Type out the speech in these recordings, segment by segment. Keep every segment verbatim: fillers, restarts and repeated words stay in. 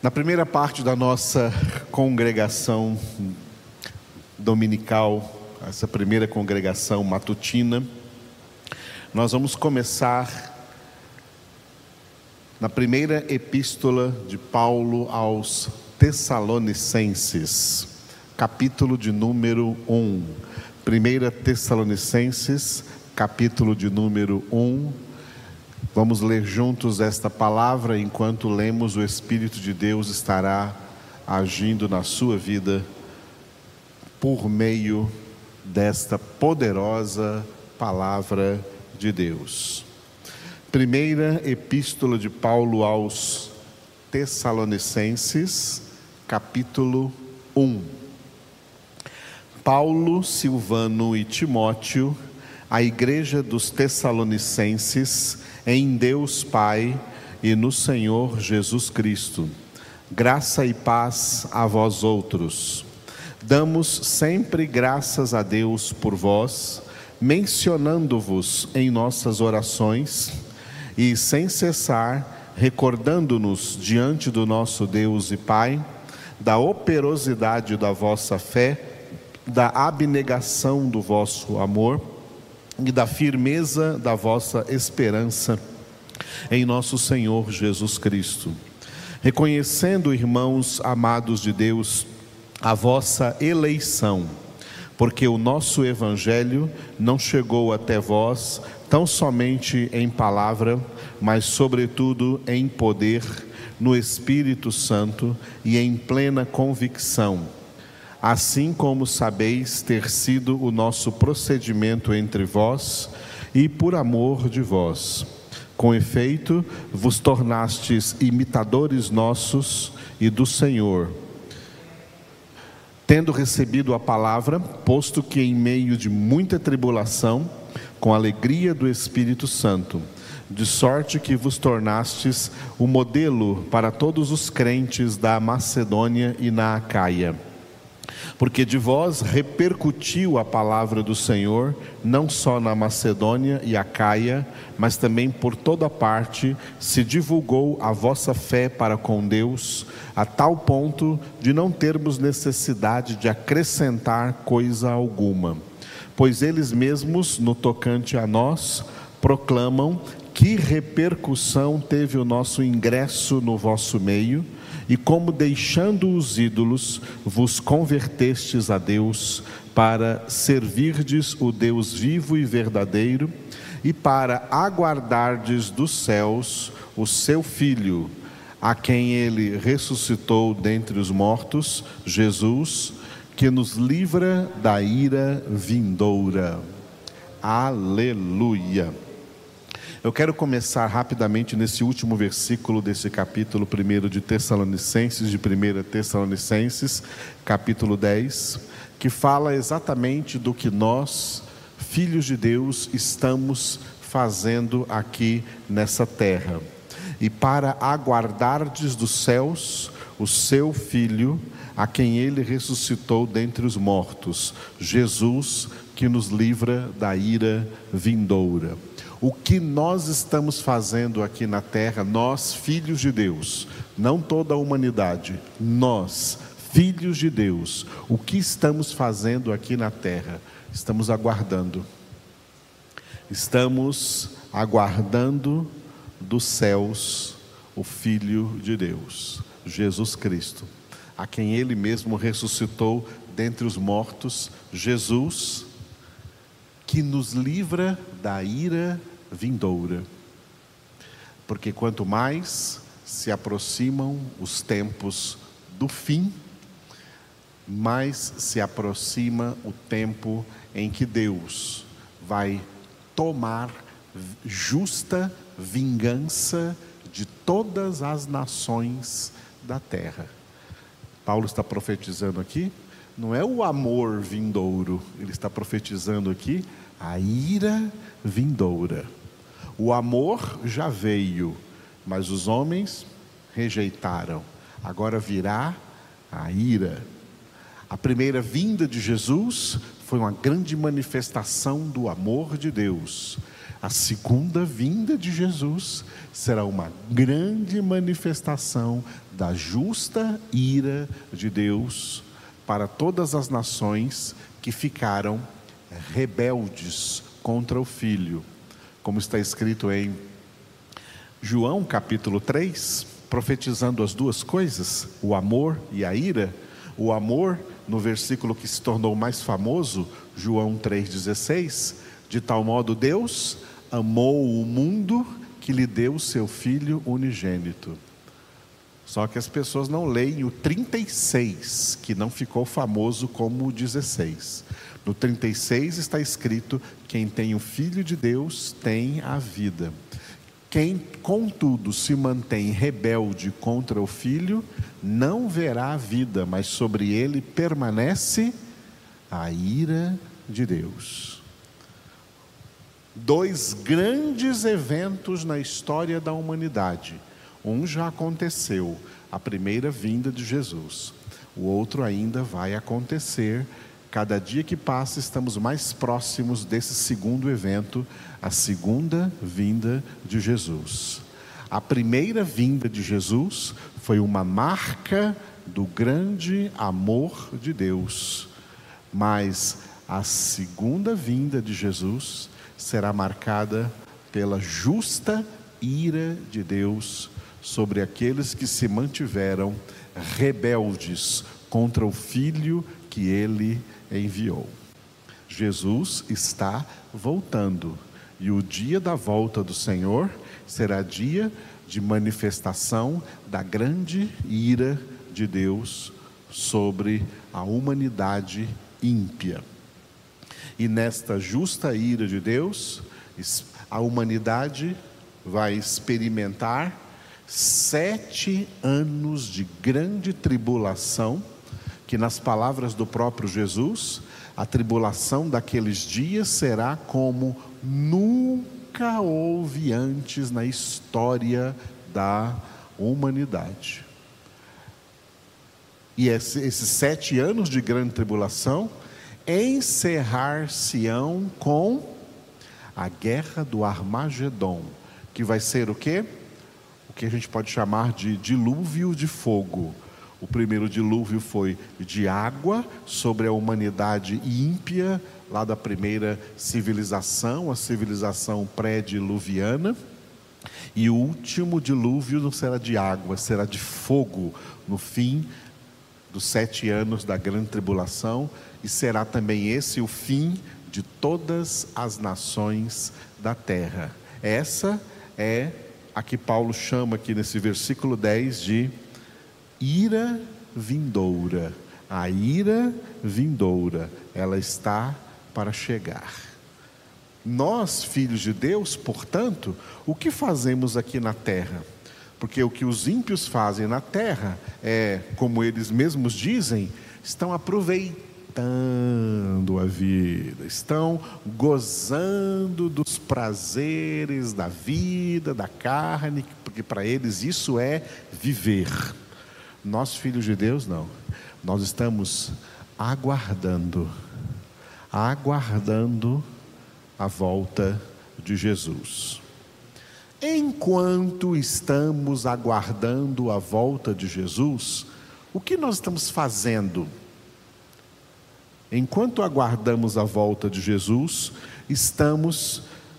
Na primeira parte da nossa congregação dominical, essa primeira congregação matutina, nós vamos começar na primeira epístola de Paulo aos Tessalonicenses, capítulo de número um. Primeira Tessalonicenses, capítulo de número um. Vamos ler juntos esta palavra. Enquanto lemos, o Espírito de Deus estará agindo na sua vida por meio desta poderosa palavra de Deus. Primeira Epístola de Paulo aos Tessalonicenses, capítulo um. Paulo, Silvano e Timóteo, a igreja dos Tessalonicenses, em Deus Pai e no Senhor Jesus Cristo. Graça e paz a vós outros. Damos sempre graças a Deus por vós, mencionando-vos em nossas orações e sem cessar, recordando-nos diante do nosso Deus e Pai, da operosidade da vossa fé, da abnegação do vosso amor e da firmeza da vossa esperança em nosso Senhor Jesus Cristo. Reconhecendo, irmãos amados de Deus, a vossa eleição, porque o nosso Evangelho não chegou até vós tão somente em palavra, mas sobretudo em poder, no Espírito Santo e em plena convicção, assim como sabeis ter sido o nosso procedimento entre vós e por amor de vós. Com efeito, vos tornastes imitadores nossos e do Senhor, tendo recebido a palavra, posto que em meio de muita tribulação, com alegria do Espírito Santo, de sorte que vos tornastes o modelo para todos os crentes da Macedônia e na Acaia. Porque de vós repercutiu a palavra do Senhor, não só na Macedônia e Acaia, mas também por toda parte se divulgou a vossa fé para com Deus, a tal ponto de não termos necessidade de acrescentar coisa alguma. Pois eles mesmos, no tocante a nós, proclamam que repercussão teve o nosso ingresso no vosso meio, e como deixando os ídolos, vos convertestes a Deus, para servirdes o Deus vivo e verdadeiro, e para aguardardes dos céus o seu Filho, a quem ele ressuscitou dentre os mortos, Jesus, que nos livra da ira vindoura. Aleluia! Eu quero começar rapidamente nesse último versículo desse capítulo primeiro de Tessalonicenses, de primeira Tessalonicenses, capítulo dez, que fala exatamente do que nós, filhos de Deus, estamos fazendo aqui nessa terra. E para aguardardes dos céus o seu Filho, a quem ele ressuscitou dentre os mortos, Jesus, que nos livra da ira vindoura. O que nós estamos fazendo aqui na terra, nós, filhos de Deus, não toda a humanidade, nós, filhos de Deus, o que estamos fazendo aqui na terra? Estamos aguardando, estamos aguardando dos céus o Filho de Deus, Jesus Cristo, a quem ele mesmo ressuscitou dentre os mortos, Jesus, que nos livra da ira vindoura. Porque quanto mais se aproximam os tempos do fim, mais se aproxima o tempo em que Deus vai tomar justa vingança de todas as nações da terra. Paulo está profetizando aqui, não é o amor vindouro, ele está profetizando aqui a ira vindoura. O amor já veio, mas os homens rejeitaram. Agora virá a ira. A primeira vinda de Jesus foi uma grande manifestação do amor de Deus. A segunda vinda de Jesus será uma grande manifestação da justa ira de Deus para todas as nações que ficaram rebeldes contra o Filho. Como está escrito em João capítulo três, profetizando as duas coisas, o amor e a ira. O amor, no versículo que se tornou mais famoso, João três dezesseis, de tal modo Deus amou o mundo que lhe deu o seu Filho unigênito. Só que as pessoas não leem o trinta e seis, que não ficou famoso como o dezesseis. No trinta e seis está escrito: quem tem o Filho de Deus tem a vida. Quem, contudo, se mantém rebelde contra o Filho, não verá a vida, mas sobre ele permanece a ira de Deus. Dois grandes eventos na história da humanidade. Um já aconteceu, a primeira vinda de Jesus. O outro ainda vai acontecer. Cada dia que passa estamos mais próximos desse segundo evento, a segunda vinda de Jesus. A primeira vinda de Jesus foi uma marca do grande amor de Deus. Mas a segunda vinda de Jesus será marcada pela justa ira de Deus sobre aqueles que se mantiveram rebeldes contra o Filho que Ele enviou. Jesus está voltando, e o dia da volta do Senhor será dia de manifestação da grande ira de Deus sobre a humanidade ímpia. E nesta justa ira de Deus, a humanidade vai experimentar sete anos de grande tribulação, que nas palavras do próprio Jesus, a tribulação daqueles dias será como nunca houve antes na história da humanidade. E esse, esses sete anos de grande tribulação encerrar-se-ão com a guerra do Armagedon, que vai ser o quê? O que a gente pode chamar de dilúvio de fogo. O primeiro dilúvio foi de água sobre a humanidade ímpia, lá da primeira civilização, a civilização pré-diluviana. E o último dilúvio não será de água, será de fogo, no fim dos sete anos da grande tribulação, e será também esse o fim de todas as nações da terra. Essa é a que Paulo chama aqui nesse versículo dez de ira vindoura. A ira vindoura, ela está para chegar. Nós, filhos de Deus, portanto, o que fazemos aqui na terra? Porque o que os ímpios fazem na terra é, como eles mesmos dizem, estão aproveitando a vida, estão gozando dos prazeres da vida, da carne, porque para eles isso é viver. Nós, filhos de Deus, não. Nós estamos aguardando, aguardando a volta de Jesus. Enquanto estamos aguardando a volta de Jesus, o que nós estamos fazendo? Enquanto aguardamos a volta de Jesus, estamos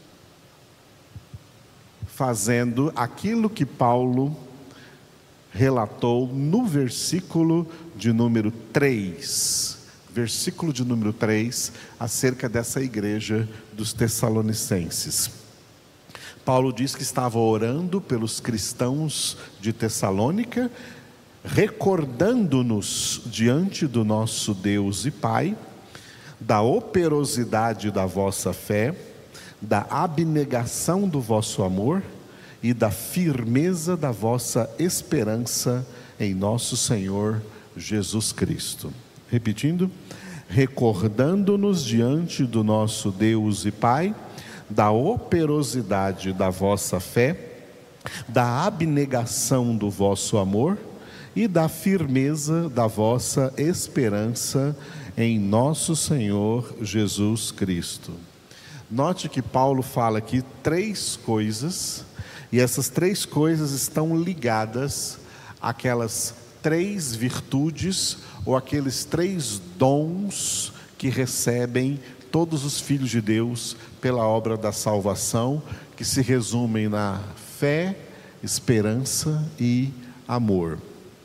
fazendo aquilo que Paulo relatou no versículo de número três. Versículo de número três, acerca dessa igreja dos Tessalonicenses. Paulo diz que estava orando pelos cristãos de Tessalônica, recordando-nos diante do nosso Deus e Pai, da operosidade da vossa fé, da abnegação do vosso amor e da firmeza da vossa esperança em nosso Senhor Jesus Cristo. Repetindo, recordando-nos diante do nosso Deus e Pai, da operosidade da vossa fé, da abnegação do vosso amor e da firmeza da vossa esperança em nosso Senhor Jesus Cristo. Note que Paulo fala aqui três coisas, e essas três coisas estão ligadas àquelas três virtudes ou aqueles três dons que recebem todos os filhos de Deus pela obra da salvação, que se resumem na fé, esperança e amor.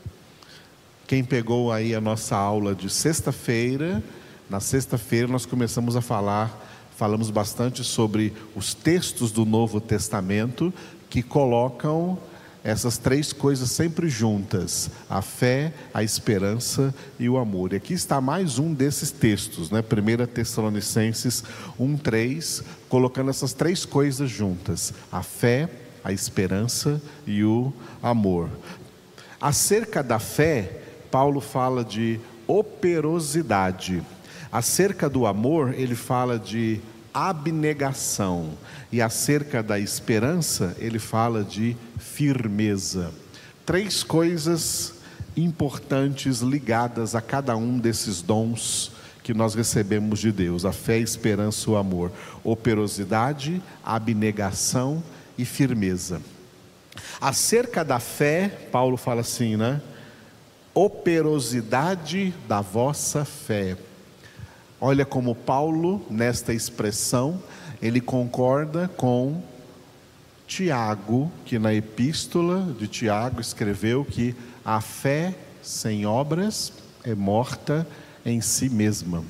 Quem pegou aí a nossa aula de sexta-feira, na sexta-feira nós começamos a falar, falamos bastante sobre os textos do Novo Testamento que colocam essas três coisas sempre juntas: a fé, a esperança e o amor. E aqui está mais um desses textos, né? primeira Tessalonicenses um, três, colocando essas três coisas juntas: a fé, a esperança e o amor. Acerca da fé, Paulo fala de operosidade. Acerca do amor, ele fala de abnegação. E acerca da esperança, ele fala de firmeza. Três coisas importantes ligadas a cada um desses dons que nós recebemos de Deus: a fé, a esperança e o amor. Operosidade, abnegação e firmeza. Acerca da fé, Paulo fala assim, né? Operosidade da vossa fé. Olha como Paulo, nesta expressão, ele concorda com Tiago, que na epístola de Tiago escreveu que a fé sem obras é morta em si mesma.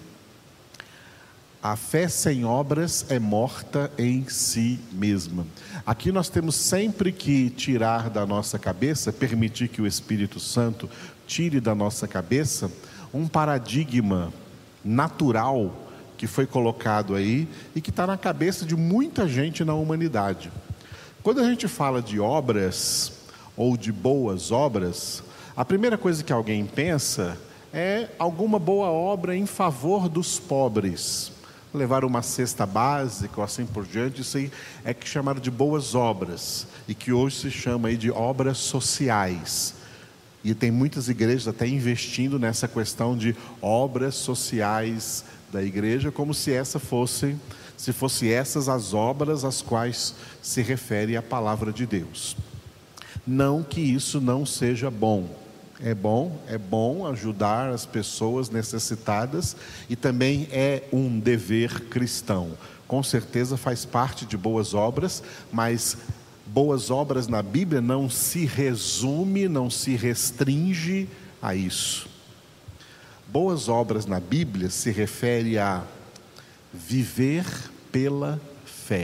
A fé sem obras é morta em si mesma. Aqui nós temos sempre que tirar da nossa cabeça, permitir que o Espírito Santo tire da nossa cabeça um paradigma natural que foi colocado aí e que está na cabeça de muita gente na humanidade. Quando a gente fala de obras ou de boas obras, a primeira coisa que alguém pensa é alguma boa obra em favor dos pobres. Levar uma cesta básica ou assim por diante, isso aí é que chamaram de boas obras, e que hoje se chama aí de obras sociais. E tem muitas igrejas até investindo nessa questão de obras sociais da igreja, como se essa fosse, se fosse essas as obras às quais se refere a palavra de Deus. Não que isso não seja bom. É bom, é bom ajudar as pessoas necessitadas, e também é um dever cristão. Com certeza faz parte de boas obras, mas boas obras na Bíblia não se resume, não se restringe a isso. Boas obras na Bíblia se refere a viver pela fé.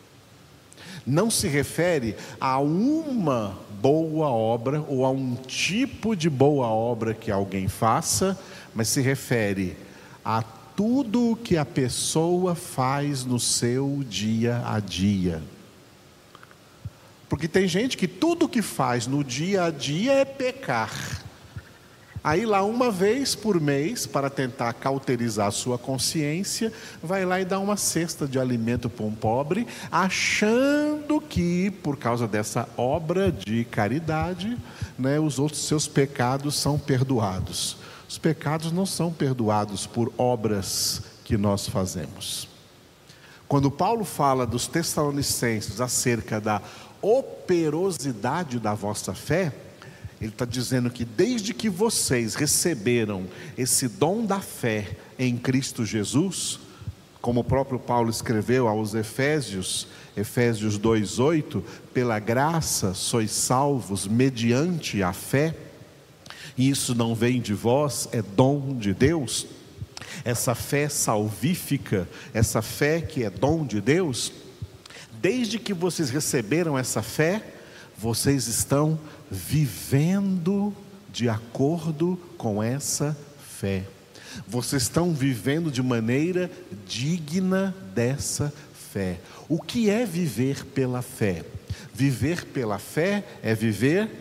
Não se refere a uma boa obra ou a um tipo de boa obra que alguém faça, mas se refere a tudo o que a pessoa faz no seu dia a dia. Porque tem gente que tudo que faz no dia a dia é pecar. Aí lá uma vez por mês, para tentar cauterizar a sua consciência, vai lá e dá uma cesta de alimento para um pobre, achando que por causa dessa obra de caridade, né, os outros seus pecados são perdoados. Os pecados não são perdoados por obras que nós fazemos. Quando Paulo fala dos Tessalonicenses acerca da operosidade da vossa fé, ele está dizendo que desde que vocês receberam esse dom da fé em Cristo Jesus, como o próprio Paulo escreveu aos Efésios, Efésios dois, oito, pela graça sois salvos mediante a fé, e isso não vem de vós, é dom de Deus. Essa fé salvífica, essa fé que é dom de Deus, desde que vocês receberam essa fé, vocês estão vivendo de acordo com essa fé. Vocês estão vivendo de maneira digna dessa fé. O que é viver pela fé? Viver pela fé é viver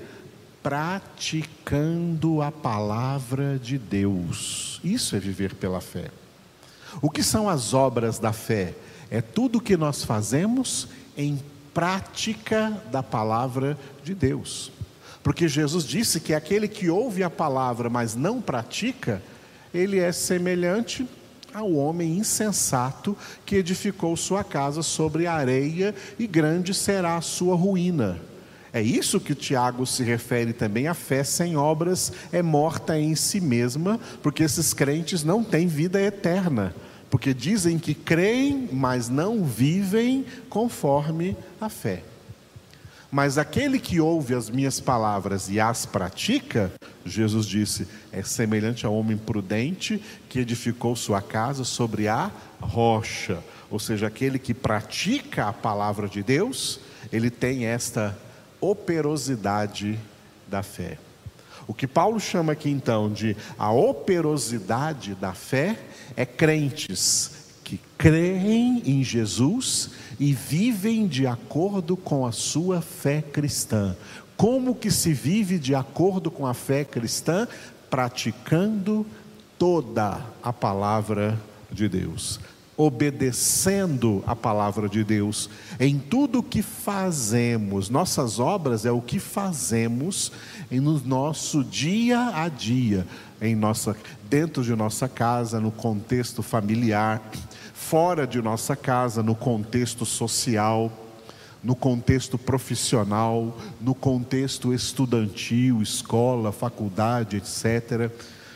praticando a palavra de Deus. Isso é viver pela fé. O que são as obras da fé? É tudo o que nós fazemos em prática da palavra de Deus. Porque Jesus disse que aquele que ouve a palavra, mas não pratica, ele é semelhante ao homem insensato que edificou sua casa sobre areia, e grande será a sua ruína. É isso que o Tiago se refere também: a fé sem obras é morta em si mesma, porque esses crentes não têm vida eterna, porque dizem que creem, mas não vivem conforme a fé. Mas aquele que ouve as minhas palavras e as pratica, Jesus disse, é semelhante ao homem prudente que edificou sua casa sobre a rocha. Ou seja, aquele que pratica a palavra de Deus, ele tem esta operosidade da fé. O que Paulo chama aqui então de a operosidade da fé é crentes que creem em Jesus e vivem de acordo com a sua fé cristã. Como que se vive de acordo com a fé cristã? Praticando toda a palavra de Deus, obedecendo a palavra de Deus em tudo o que fazemos. Nossas obras é o que fazemos no nosso dia a dia, em nossa, dentro de nossa casa, no contexto familiar, fora de nossa casa, no contexto social, no contexto profissional, no contexto estudantil, escola, faculdade, etcétera.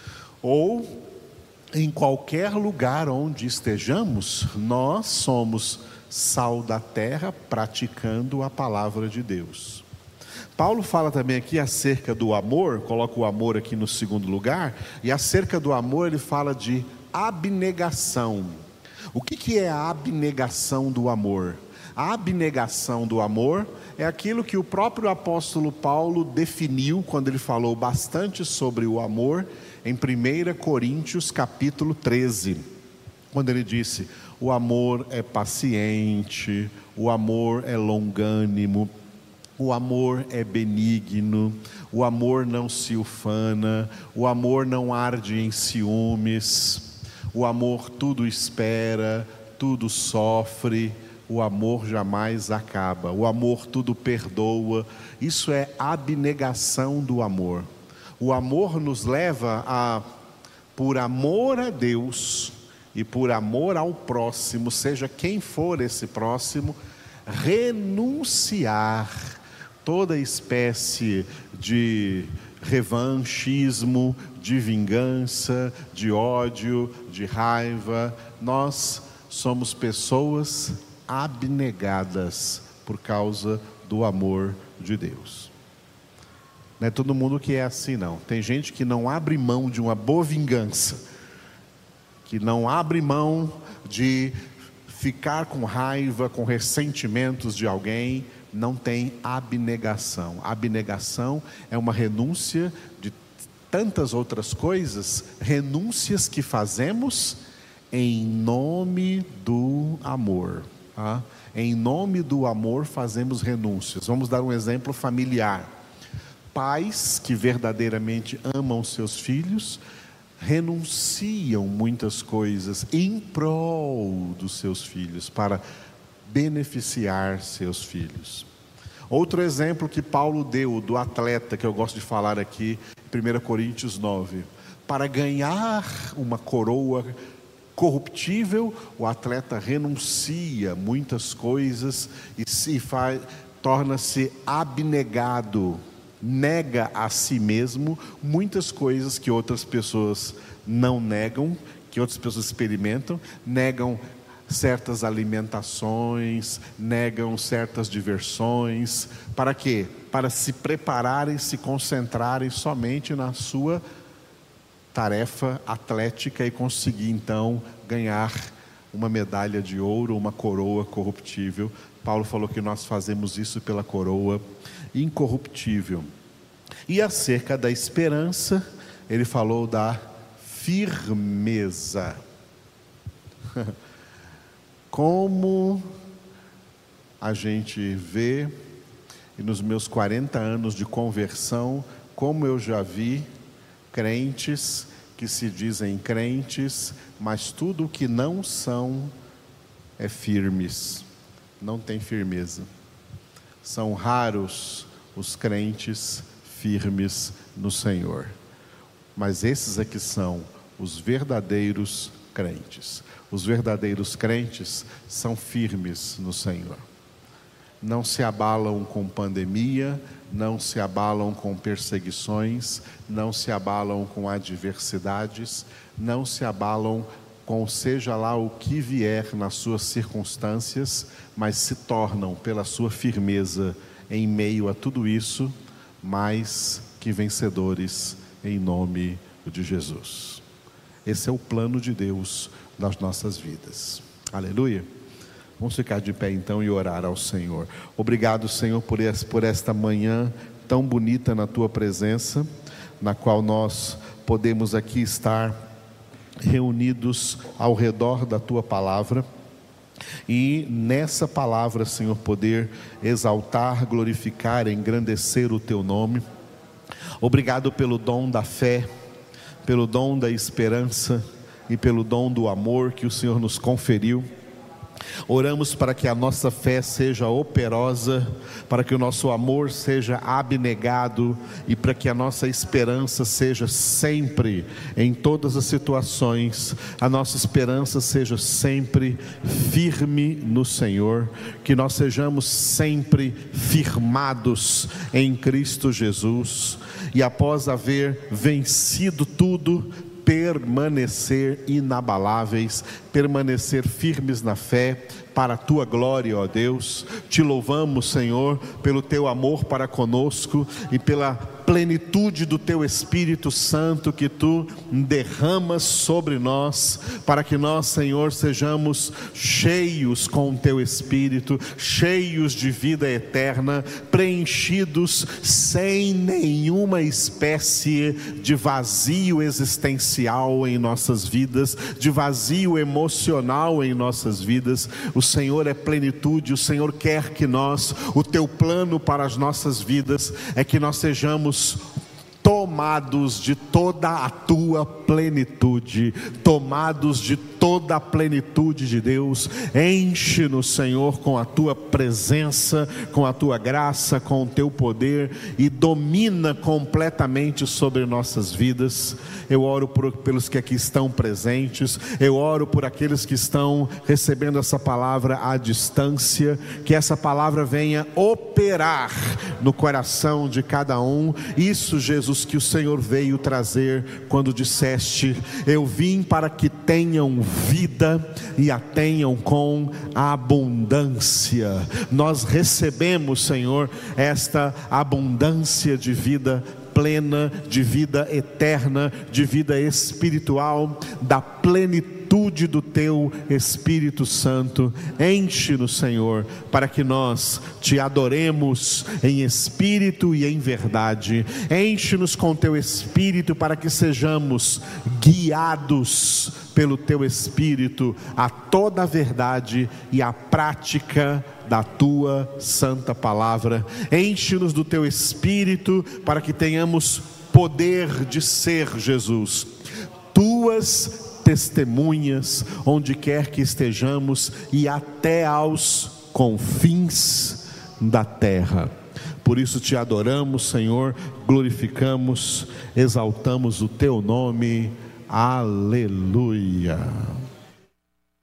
Ou em qualquer lugar onde estejamos, nós somos sal da terra, praticando a palavra de Deus. Paulo fala também aqui acerca do amor, coloca o amor aqui no segundo lugar, e acerca do amor ele fala de abnegação. O que que é a abnegação do amor? A abnegação do amor é aquilo que o próprio apóstolo Paulo definiu quando ele falou bastante sobre o amor em primeira Coríntios capítulo treze, quando ele disse: o amor é paciente, o amor é longânimo, o amor é benigno, o amor não se ufana, o amor não arde em ciúmes, o amor tudo espera, tudo sofre, o amor jamais acaba, o amor tudo perdoa. Isso é abnegação do amor. O amor nos leva a, por amor a Deus e por amor ao próximo, seja quem for esse próximo, renunciar toda espécie de revanchismo, de vingança, de ódio, de raiva. Nós somos pessoas abnegadas por causa do amor de Deus. Não é todo mundo que é assim, não. Tem gente que não abre mão de uma boa vingança, que não abre mão de ficar com raiva, com ressentimentos de alguém. Não tem abnegação. Abnegação é uma renúncia de tantas outras coisas, renúncias que fazemos em nome do amor. Tá? Em nome do amor fazemos renúncias. Vamos dar um exemplo familiar. Pais que verdadeiramente amam seus filhos renunciam muitas coisas em prol dos seus filhos, para beneficiar seus filhos. Outro exemplo que Paulo deu do atleta, que eu gosto de falar aqui, primeira Coríntios nove. Para ganhar uma coroa corruptível, o atleta renuncia muitas coisas e se faz, torna-se abnegado, nega a si mesmo muitas coisas que outras pessoas não negam, que outras pessoas experimentam, negam certas alimentações, negam certas diversões. Para quê? Para se prepararem, se concentrarem somente na sua tarefa atlética e conseguir então ganhar uma medalha de ouro, uma coroa corruptível. Paulo falou que nós fazemos isso pela coroa incorruptível. E acerca da esperança, ele falou da firmeza. Como a gente vê, e nos meus quarenta anos de conversão, como eu já vi crentes que se dizem crentes, mas tudo que não são é firmes, não tem firmeza. São raros os crentes firmes no Senhor. Mas esses aqui são os verdadeiros crentes. Os verdadeiros crentes são firmes no Senhor. Não se abalam com pandemia, não se abalam com perseguições, não se abalam com adversidades, não se abalam com seja lá o que vier nas suas circunstâncias, mas se tornam, pela sua firmeza em meio a tudo isso, mais que vencedores em nome de Jesus. Esse é o plano de Deus nas nossas vidas. Aleluia. Vamos ficar de pé então e orar ao Senhor. Obrigado, Senhor, por esta manhã tão bonita na Tua presença, na qual nós podemos aqui estar reunidos ao redor da Tua palavra. E nessa palavra, Senhor, poder exaltar, glorificar, engrandecer o Teu nome. Obrigado pelo dom da fé, pelo dom da esperança e pelo dom do amor que o Senhor nos conferiu. Oramos para que a nossa fé seja operosa, para que o nosso amor seja abnegado e para que a nossa esperança seja sempre, em todas as situações, a nossa esperança seja sempre firme no Senhor, que nós sejamos sempre firmados em Cristo Jesus e após haver vencido tudo, permanecer inabaláveis, permanecer firmes na fé, para a Tua glória, ó Deus. Te louvamos, Senhor, pelo Teu amor para conosco e pela plenitude do Teu Espírito Santo que Tu derramas sobre nós, para que nós, Senhor, sejamos cheios com o Teu Espírito, cheios de vida eterna, preenchidos sem nenhuma espécie de vazio existencial em nossas vidas, de vazio emocional em nossas vidas. O Senhor é plenitude, o Senhor quer que nós, o Teu plano para as nossas vidas é que nós sejamos tomados de toda a Tua plenitude, tomados de toda a plenitude de Deus. Enche-nos, Senhor, com a Tua presença, com a Tua graça, com o Teu poder e domina completamente sobre nossas vidas. Eu oro por, pelos que aqui estão presentes, eu oro por aqueles que estão recebendo essa palavra à distância, que essa palavra venha operar no coração de cada um. Isso, Jesus, que o Senhor veio trazer quando disseste: eu vim para que tenham vida e a tenham com abundância. Nós recebemos, Senhor, esta abundância de vida plena, de vida eterna, de vida espiritual, da plenitude do Teu Espírito Santo. Enche-nos, Senhor, para que nós Te adoremos em espírito e em verdade. Enche-nos com Teu Espírito para que sejamos guiados pelo Teu Espírito a toda a verdade e a prática da Tua santa palavra. Enche-nos do Teu Espírito para que tenhamos poder de ser, Jesus, Tuas testemunhas onde quer que estejamos e até aos confins da terra. Por isso Te adoramos, Senhor, glorificamos, exaltamos o Teu nome. Aleluia.